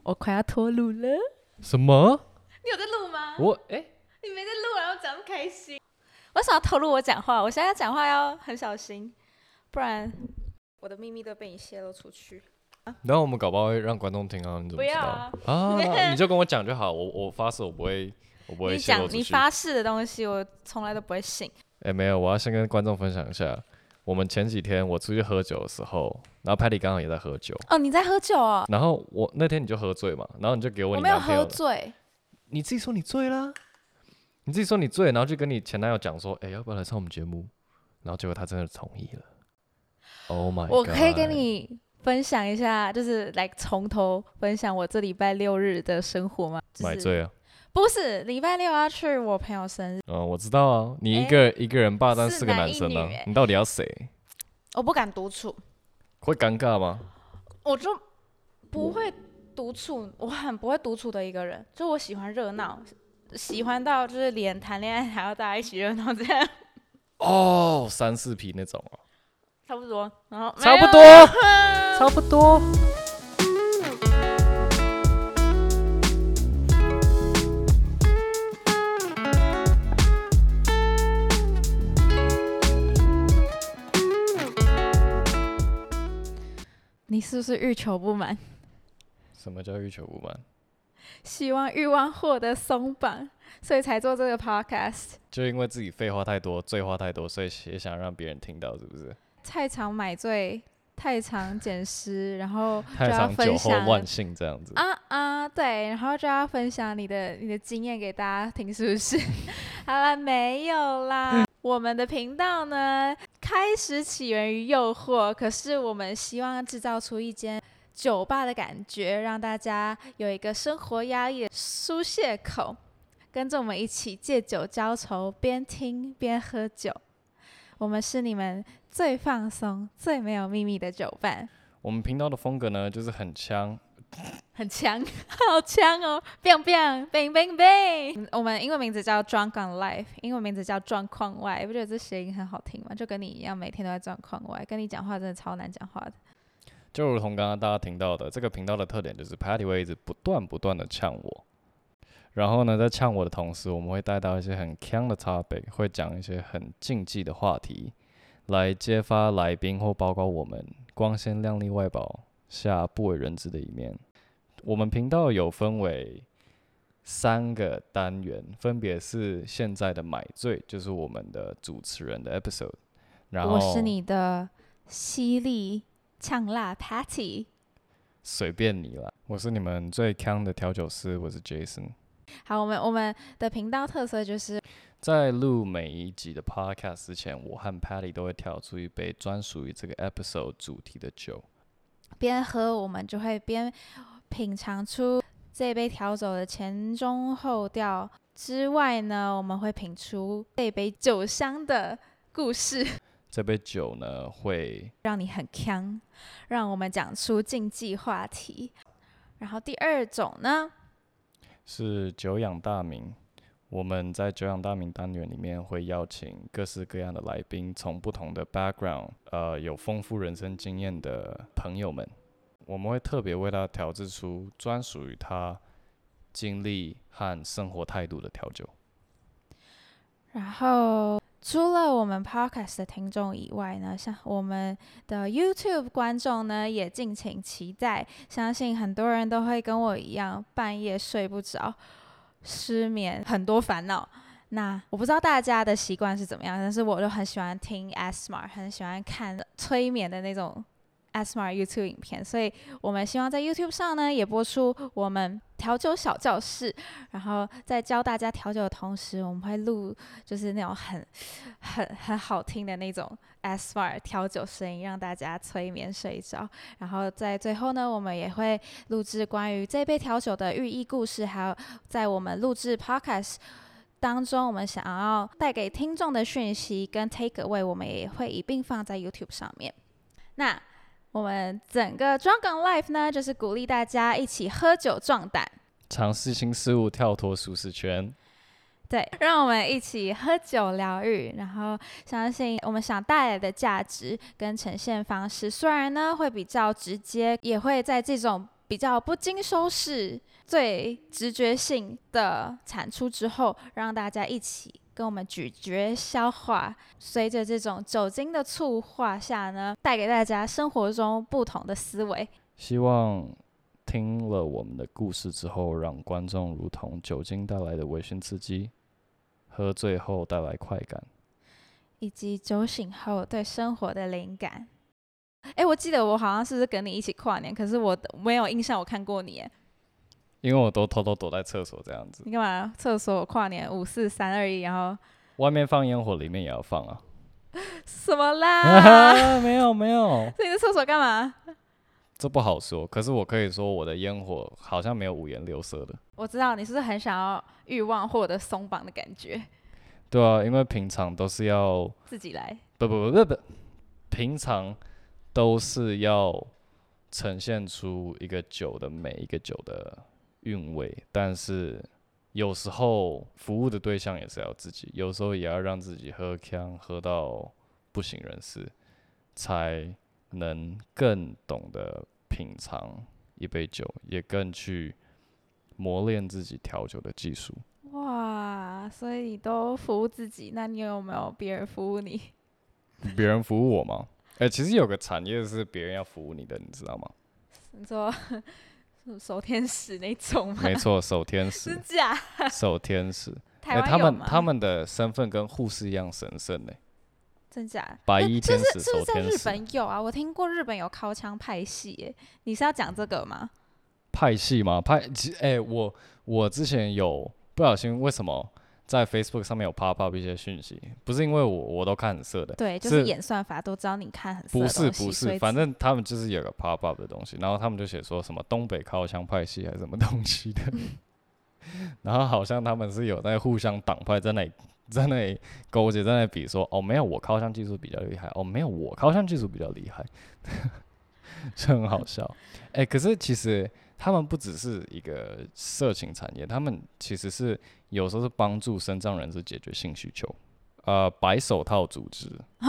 我快要脱乳了。 什么？ 你有在录吗？ 你没在录，然后讲那么开心。为什么要透露我讲话？我现在讲话要很小心，不然我的秘密都被你泄露出去。 然后我们搞不好会让观众听啊，你怎么知道？ 不要啊！ 那你就跟我讲就好，我发誓我不会泄露出去。 你发誓的东西，我从来都不会信。 没有，我要先跟观众分享一下，我们前几天我出去喝酒的时候，然后 Patty 刚好也在喝酒。 哦，你在喝酒哦？ 然后那天你就喝醉嘛，然后你就给我我没有你男朋友喝醉。 你自己说你醉啦，你自己说你醉，然后就跟你前男友讲说，要不要来上我们节目？然后结果他真的同意了。Oh my god！ 我可以跟你分享一下，就是来从头分享我这礼拜6日的生活吗？ 买醉啊？ 不是，礼拜6要去我朋友生日。 我知道啊，你一个人霸占4个男生啊，你到底要谁？ 我不敢独处。 会尴尬吗？ 我就不会独处，我很不会独处的一个人。就我喜欢热闹，喜欢到就是连谈恋爱还要大家一起热闹这样。 3、4批那种哦。 差不多，然后差不多，差不多。 你是不是欲求不满？ 什么叫欲求不满？ 希望欲望获得松绑，所以才做这个 podcast。 就因为自己废话太多，醉话太多，所以也想让别人听到，是不是？ 太常买醉，太常捡尸，然后就太要常酒后分享乱性这样子。 对，然后就要分享你的经验给大家听，是不是？好啦，没有啦。我们的频道呢，开始起源于诱惑，可是我们希望制造出一间酒吧的感觉，让大家有一个生活压力的疏泄口，跟着我们一起借酒浇愁，边听边喝酒。我们是你们最放松、最没有秘密的酒伴。 我们频道的风格呢，就是很呛， 很强，好强哦 ！bang bang bang bang bang。我们英文名字叫 Drunk on Life， 英文名字叫状况外，你不觉得这谐音很好听吗？就跟你一样，每天都在状况外，跟你讲话真的超难讲话的。 就如同刚刚大家听到的，这个频道的特点就是 Patty 会一直不断的呛我。然后呢，在呛我的同时，我们会带到一些很呛的 topic， 会讲一些很禁忌的话题，来揭发来宾或包括我们光鲜亮丽外表下不为人知的一面。我们频道有分为3个单元，分别是现在的买醉，就是我们的主持人的 episode， 然后我是你的犀利呛辣 Patty， 随便你啦。我是你们最呛的调酒师，我是 Jason。 好，我们的频道特色就是在录每一集的 podcast 之前，我和 Patty 都会调出一杯专属于这个 episode 主题的酒， 边喝我们就会边品尝出这杯调酒的前中后调之外呢，我们会品出这杯酒香的故事。 这杯酒呢会让你很呛，让我们讲出禁忌话题。然后第2种呢是久仰大名。我们在久仰大名单元里面会邀请各式各样的来宾，从不同的 background， 有丰富人生经验的朋友们，我们会特别为他调制出专属于他经历和生活态度的调酒。 然后除了我们 podcast 的听众以外呢，像我们的 YouTube 观众呢，也敬请期待。相信很多人都会跟我一样，半夜睡不着，失眠，很多烦恼。那我不知道大家的习惯是怎么样，但是我就很喜欢听 ASMR， 很喜欢看催眠的那种 ASMR YouTube 影片，所以我们希望在 YouTube 上呢也播出我们调酒小教室，然后在教大家调酒的同时，我们会录就是那种很好听的那种 ASMR 调酒声音，让大家催眠睡着。然后在最后呢，我们也会录制关于这杯调酒的寓意故事，还有在我们录制 Podcast当中，我们想要带给听众的讯息跟 take away， 我们也会一并放在 YouTube 上面。那我们整个 Drunk on Life 呢，就是鼓励大家一起喝酒壮胆， 尝试新事物，跳脱舒适圈。 对，让我们一起喝酒疗愈，然后相信我们想带来的价值跟呈现方式，虽然呢会比较直接，也会在这种比比较不经修饰、最直觉性的产出之后，让大家一起跟我们咀嚼消化。随着这种酒精的促化下呢，带给大家生活中不同的思维。 希望听了我们的故事之后，让观众如同酒精带来的微醺刺激，喝醉后带来快感， 以及酒醒后对生活的灵感。我记得我好像是不是跟你一起跨年，可是我没有印象我看过你耶。 因为我都偷偷躲在厕所这样子。 你干嘛？厕所跨年5、4、3、2、1，然后外面放烟火，里面也要放啊。 什么啦？ 没有没有， 所以你在厕所干嘛？ 这不好说。可是我可以说，我的烟火好像没有五颜六色的。 我知道你是不是很想要欲望获得松绑的感觉？ 对啊，因为平常都是要自己来。 不，平常都是要呈现出一个酒的美，一个酒的韵味，但是有时候服务的对象也是要自己，有时候也要让自己喝呛，喝到不省人事，才能更懂得品尝一杯酒，也更去磨练自己调酒的技术。 哇，所以你都服务自己，那你有没有别人服务你？ 别人服务我吗？其实有个产业是别人要服务你的，你知道吗？ 你说守天使那种吗？ 没错，守天使。 真假？ 守天使。 台湾有吗？ 他们的身份跟护士一样神圣呢。 真假？ 白衣天使， 是不是在日守天使。 本有啊？我听过日本有靠枪派系耶，你是要讲这个吗？ 派系吗？我之前有不小心，为什么在 Facebook 上面有 pop up 一些讯息？不是因为我都看很色的， 对，就是演算法都知道你看很色的东西。 不是，反正他们就是有个 pop up 的东西，然后他们就写说什么东北靠枪派系还是什么东西的，然后好像他们是有在互相党派在那里勾结，在那里比说哦没有我靠枪技术比较厉害，哦没有我靠枪技术比较厉害，就很好笑。可是其实他们不只是一个色情产业，他们其实是有时候是帮助身障人士解决性需求。白手套组织。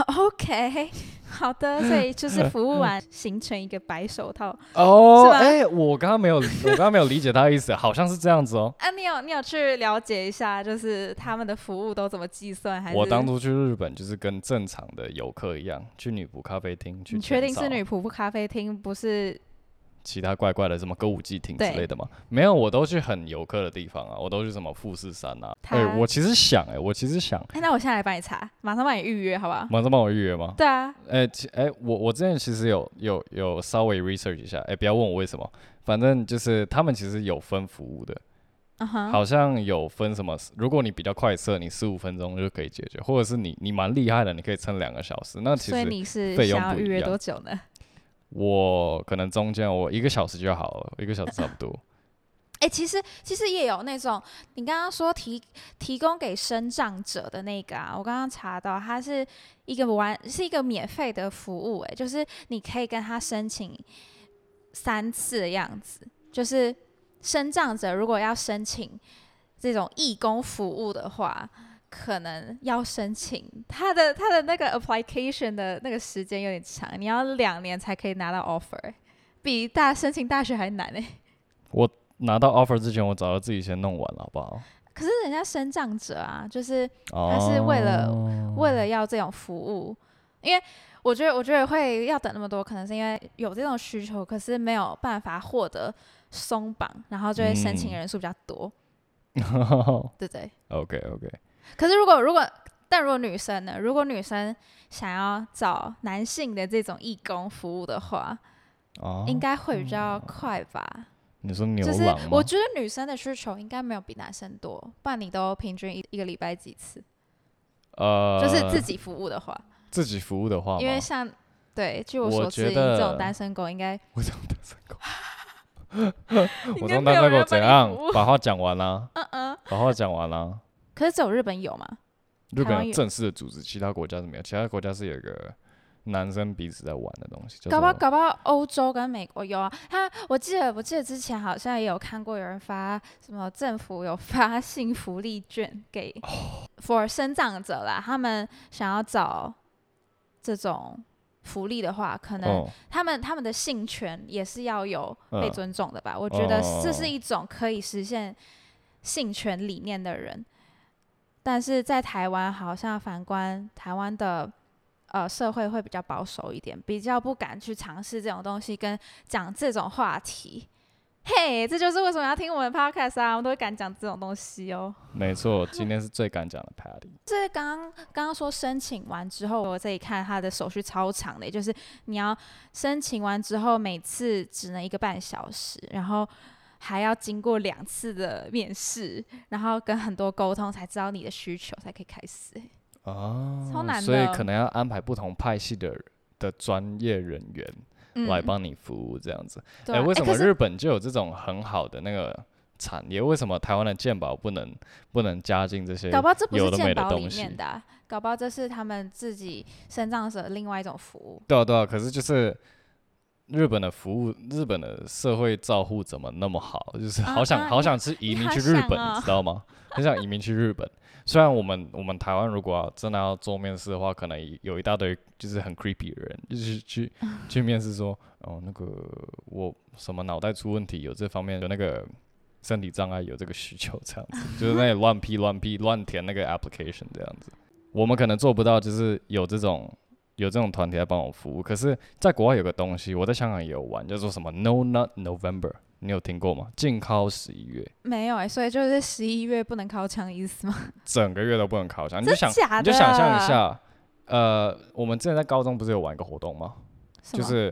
OK， 好的，所以就是服务完形成一个白手套。 哦，我刚刚没有理解他的意思，好像是这样子哦。 啊，你有去了解一下，就是他们的服务都怎么计算？还是我当初去日本就是跟正常的游客一样，去女仆咖啡厅去。 你确定是女仆咖啡厅，不是其他怪怪的什么歌舞伎町之类的吗？没有，我都去很游客的地方啊，我都去什么富士山啊。我其实想， 那我现在来帮你查，马上帮你预约，好不好？ 马上帮我预约吗？ 对啊。 我之前其实有稍微 research 一下，不要问我为什么，反正就是他们其实有分服务的。好像有分什么，如果你比较快测，你15分钟就可以解决，或者是你蛮厉害的，你可以撑2个小时。那其实所以你是费用想要预约不一样。 多久呢？ 我可能中间我1个小时就好了，1个小时差不多。 其实也有那种你刚刚说提供给身障者的那个啊，我刚刚查到，它是一个免费的服务，就是你可以跟他申请3次的样子，就是身障者如果要申请这种义工服务的话，可能要申请他的那个 application 的那个时间有点长，你要2年才可以拿到 offer， 比申请大学还难我拿到 offer 之前，我早就自己先弄完了，好不好？ 可是人家身障者啊，就是他是为了要这种服务，因为我觉得会要等那么多，可能是因为有这种需求，可是没有办法获得松绑，然后就会申请人数比较多，对不对 ？OK。 可是如果女生呢？如果女生想要找男性的这种义工服务的话，应该会比较快吧？ 你说牛就是郎吗？ 我觉得女生的需求应该没有比男生多，不然你都平均一个礼拜几次？就是自己服务的话。 自己服务的话吗， 因为据我所知，你这种单身狗应该， 我这种单身狗，我这种单身狗怎样？把话讲完啦。把话讲完啦。 可是只有日本有吗？ 日本有正式的组织，其他国家是没有。其他国家是有一个男生彼此在玩的东西。 搞不好欧洲跟美国有啊。我记得之前好像也有看过有人发什么政府有发性福利券给for身障者啦，他们想要找这种福利的话，可能他们的性权也是要有被尊重的吧。我觉得这是一种可以实现性权理念的人，但是在台湾好像反观台湾的社会会比较保守一点，比较不敢去尝试这种东西跟讲这种话题。嘿，这就是为什么要听我们 podcast 啊，我们都会敢讲这种东西哦。 没错，今天是最敢讲的 Patty。 这刚刚说申请完之后，我这里看他的手续超长的，也就是你要申请完之后，每次只能1个半小时，然后还要经过2次的面试，然后跟很多沟通，才知道你的需求，才可以开始。超难的。 所以可能要安排不同派系的专业人员。来帮你服务这样子，为什么日本就有这种很好的那个产业？为什么台湾的健保不能加进这些搞不好这不是有的没的健保里东西？ 面的啊，搞不好这是他们自己身障者另外一种服务。 对啊，可是就是日本的服务，日本的社会照护怎么那么好？就是好想是移民去日本，你知道吗？很想移民去日本。虽然我们台湾如果真的要做面试的话，可能有一大堆就是很 creepy 的人，就是去面试说，那个我什么脑袋出问题，有这方面有那个身体障碍，有这个需求这样子，就是那里乱填那个 application 这样子。我们可能做不到，就是有这种团体来帮我服务。可是，在国外有个东西，我在香港也有玩，叫做什么 No Nut November。你有听过吗？禁尻11月。 没有所以就是11月不能尻枪的意思吗？ 整个月都不能尻枪，你就想象一下，我们之前在高中不是有玩一个活动吗？就是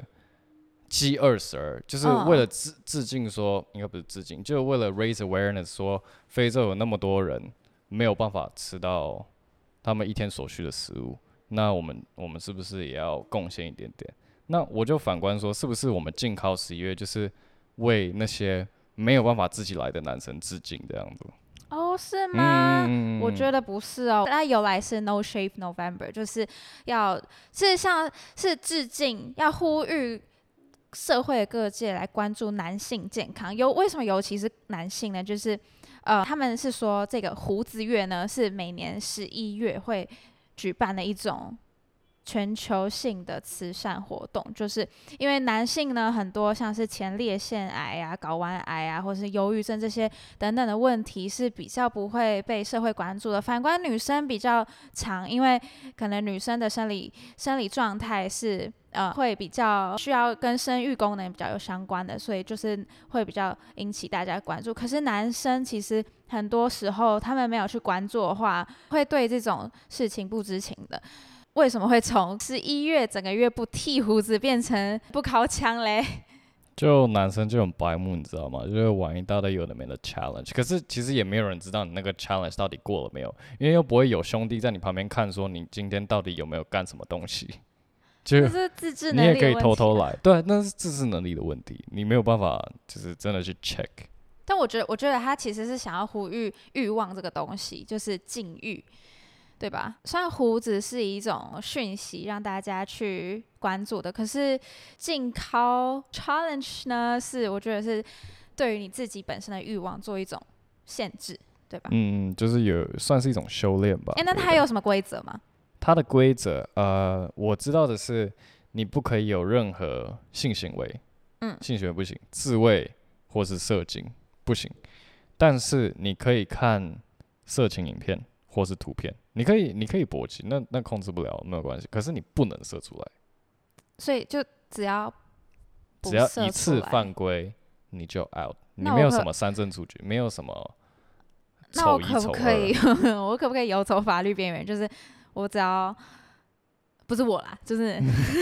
G22，就是为了致敬说，应该不是致敬，就是为了 raise awareness， 说非洲有那么多人没有办法吃到他们一天所需的食物，那我们是不是也要贡献一点点？那我就反观说，是不是我们禁尻11月就是为那些没有办法自己来的男生致敬这样子？ 是吗？我觉得不是哦。那由来是 No Shave November， 就是像是致敬，要呼吁社会各界来关注男性健康。为什么尤其是男性呢？就是他们是说这个胡子月呢是每年11月会举办的一种全球性的慈善活动，就是因为男性呢很多像是前列腺癌啊、睾丸癌啊，或是忧郁症这些等等的问题是比较不会被社会关注的。反观女生比较常，因为可能女生的生理状态是会比较需要跟生育功能比较有相关的，所以就是会比较引起大家关注。可是男生其实很多时候他们没有去关注的话，会对这种事情不知情的。为什么会从11月整个月不剃胡子变成不尻枪嘞？ 就男生就很白目，你知道吗？就是玩一大堆有的没的 challenge， 可是其实也没有人知道你那个 challenge 到底过了没有，因为又不会有兄弟在你旁边看说你今天到底有没有干什么东西。 就是自制能力的问题。 你也可以偷偷来，对，那是自制能力的问题，你没有办法就是真的去 check。 但我觉得他其实是想要呼吁欲望这个东西，就是禁欲。对吧？虽然胡子是一种讯息，让大家去关注的，可是禁尻 challenge 呢，我觉得是对于你自己本身的欲望做一种限制，对吧？ 就是算是一种修炼吧。 那它有什么规则吗？ 它的规则，我知道的是，你不可以有任何性行为，性行为不行，自慰或是射精不行，但是你可以看色情影片或是图片。你可以勃起，那控制不了，没有关系。可是你不能射出来， 所以就只要一次犯规，你就 out。你没有什么三振出局，没有什么丑一丑二。 我可不可以游走法律边缘？就是我只要不是我啦，就是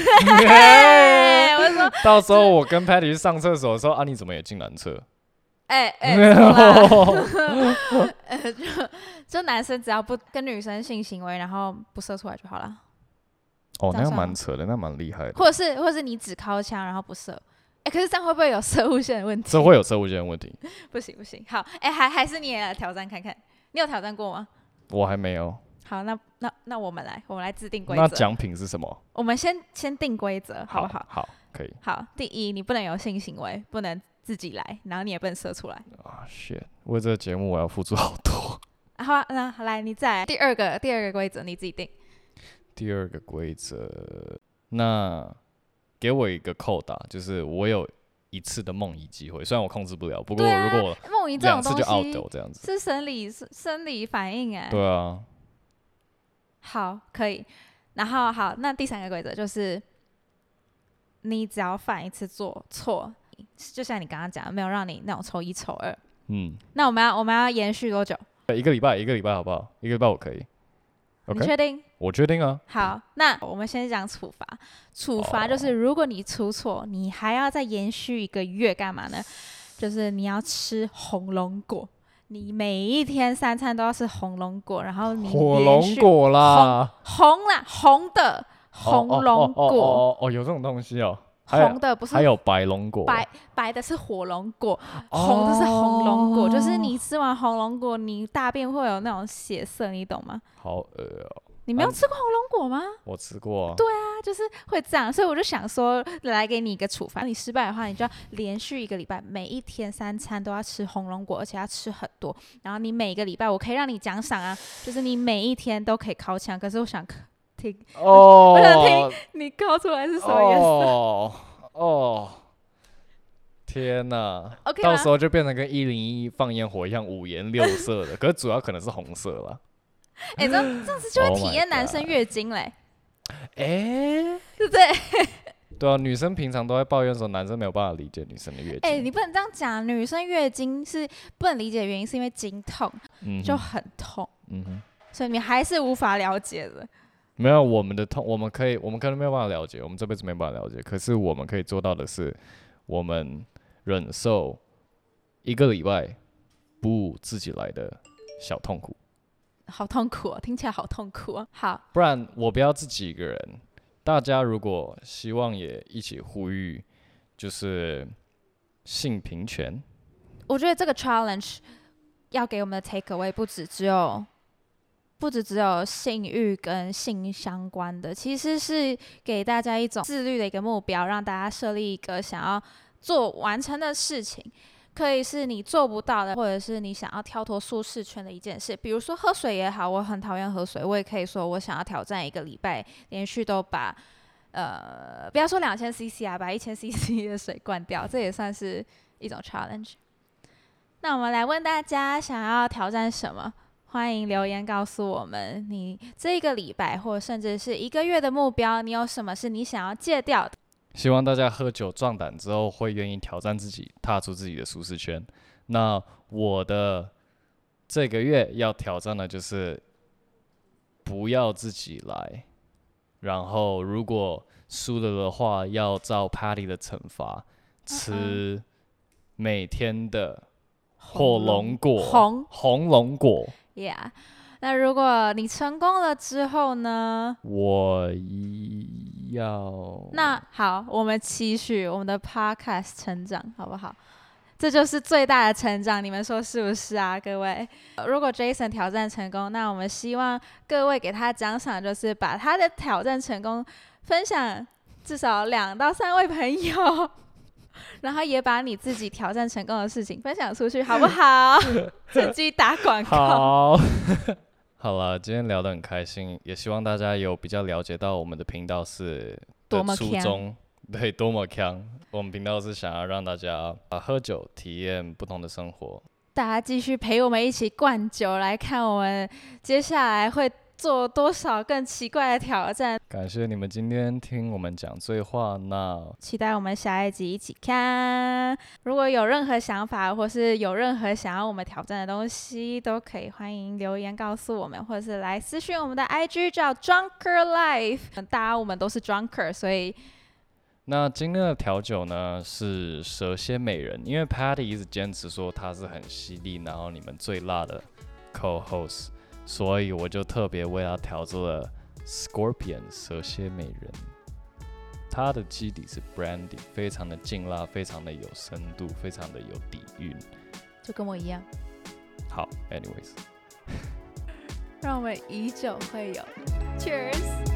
我说到时候我跟 Patty 去上厕所的时候啊，你怎么也进男厕？ 就男生只要不跟女生性行为，然后不射出来就好了。 那样蛮扯的，那蛮厉害的。 或者是你只尻枪然后不射，可是这样会不会有射物线的问题？ 这会有射物线的问题。 不行，好，还是你也来挑战看看。你有挑战过吗？ 我还没有。 好，那我们来制定规则。 那奖品是什么？ 我们先定规则，好不好？ 好，可以。 好，第一，你不能有性行为，不能自己来，然后你也不能射出来。 shit！ 为这个节目我要付出好多。 好啊，那来，你再来第二个规则，你自己定。 第二个规则， 那给我一个扣打，就是我有1次的梦遗机会，虽然我控制不了，不过如果梦遗这种 2次就 out 东西这样子， 是生理反应哎。 对啊， 好，可以。然后好，那第3个规则就是，你只要犯1次错，就像你刚刚讲的，没有让你那种抽1抽2。那我们要延续多久 ？1个礼拜好不好？1个礼拜我可以。 你确定？ 我确定啊。 好，那我们先讲处罚。处罚就是，如果你出错，你还要再延续1个月，干嘛呢？就是你要吃红龙果，你每一天3餐都要吃红龙果，然后你火龙果啦， 红的红龙果。 有这种东西哦。 红的不是， 还有白龙果， 白的是火龙果，红的是红龙果，就是你吃完红龙果，你大便会有那种血色，你懂吗？ 好恶哦！ 你没有吃过红龙果吗？ 我吃过啊。 对啊，就是会这样，所以我就想说，来给你一个处罚。你失败的话，你就要连续1个礼拜，每一天3餐都要吃红龙果，而且要吃很多。然后你每个礼拜，我可以让你奖赏啊，就是你每一天都可以考枪。可是我想听，我想听你考出来是什么颜色。 天哪！ OK 到时候就变成跟101放烟火一样5颜6色的，可是主要可能是红色啦。 这样子就会体验男生月经嘞。 对不对？ 对啊，女生平常都在抱怨说男生没有办法理解女生的月经。 你不能这样讲，女生月经是不能理解的原因是因为经痛，就很痛，所以你还是无法了解的。 没有，我们的痛，我们可能没有办法了解，我们这辈子没办法了解。可是我们可以做到的是，我们忍受1个礼拜不自己来的小痛苦。 好痛苦哦，听起来好痛苦哦。好， 不然我不要自己一个人。大家如果希望也一起呼吁，就是性平权。 我觉得这个 challenge 要给我们的 take away 不只只有性欲跟性相关的，其实是给大家一种自律的一个目标，让大家设立一个想要完成的事情。可以是你做不到的，或者是你想要跳脱舒适圈的一件事。比如说喝水也好，我很讨厌喝水，我也可以说我想要挑战1个礼拜，连续都把不要说2000 cc 啊，把1000 cc 的水灌掉，这也算是一种 challenge。那我们来问大家，想要挑战什么？欢迎留言告诉我们，你这1个礼拜或甚至是1个月的目标，你有什么是你想要戒掉的？ 希望大家喝酒壮胆之后会愿意挑战自己，踏出自己的舒适圈。那我的这个月要挑战的就是不要自己来，然后如果输了的话，要照 Patty 的惩罚，吃每天的红龙果。 Yeah， 那如果你成功了之后呢？那好，我们期许我们的 podcast 成长，好不好？这就是最大的成长，你们说是不是啊，各位？如果 Jason 挑战成功，那我们希望各位给他奖赏，就是把他的挑战成功分享至少2到3位朋友，然后也把你自己挑战成功的事情分享出去，好不好？趁机打广告。 好了，今天聊得很开心，也希望大家有比较了解到我们的频道是多么初衷，对，多么强。我们频道是想要让大家喝酒，体验不同的生活。 大家继续陪我们一起灌酒，来看我们接下来会做多少更奇怪的挑战。 感谢你们今天听我们讲醉话，那期待我们下一集一起看。如果有任何想法，或是有任何想要我们挑战的东西，都可以欢迎留言告诉我们，或者是来私讯我们的 IG 叫 Drunker Life。大家我们都是 Drunker， 所以那今天的调酒呢是蛇蝎美人，因为 Patty 一直坚持说他是很犀利，然后你们最辣的 co-host， 所以我就特别为他调制了 Scorpion 蛇蝎美人。它的基底是 brandy， 非常的劲辣，非常的有深度，非常的有底蕴， 就跟我一样。 好 ，anyways， 让我们以酒会友 ，Cheers。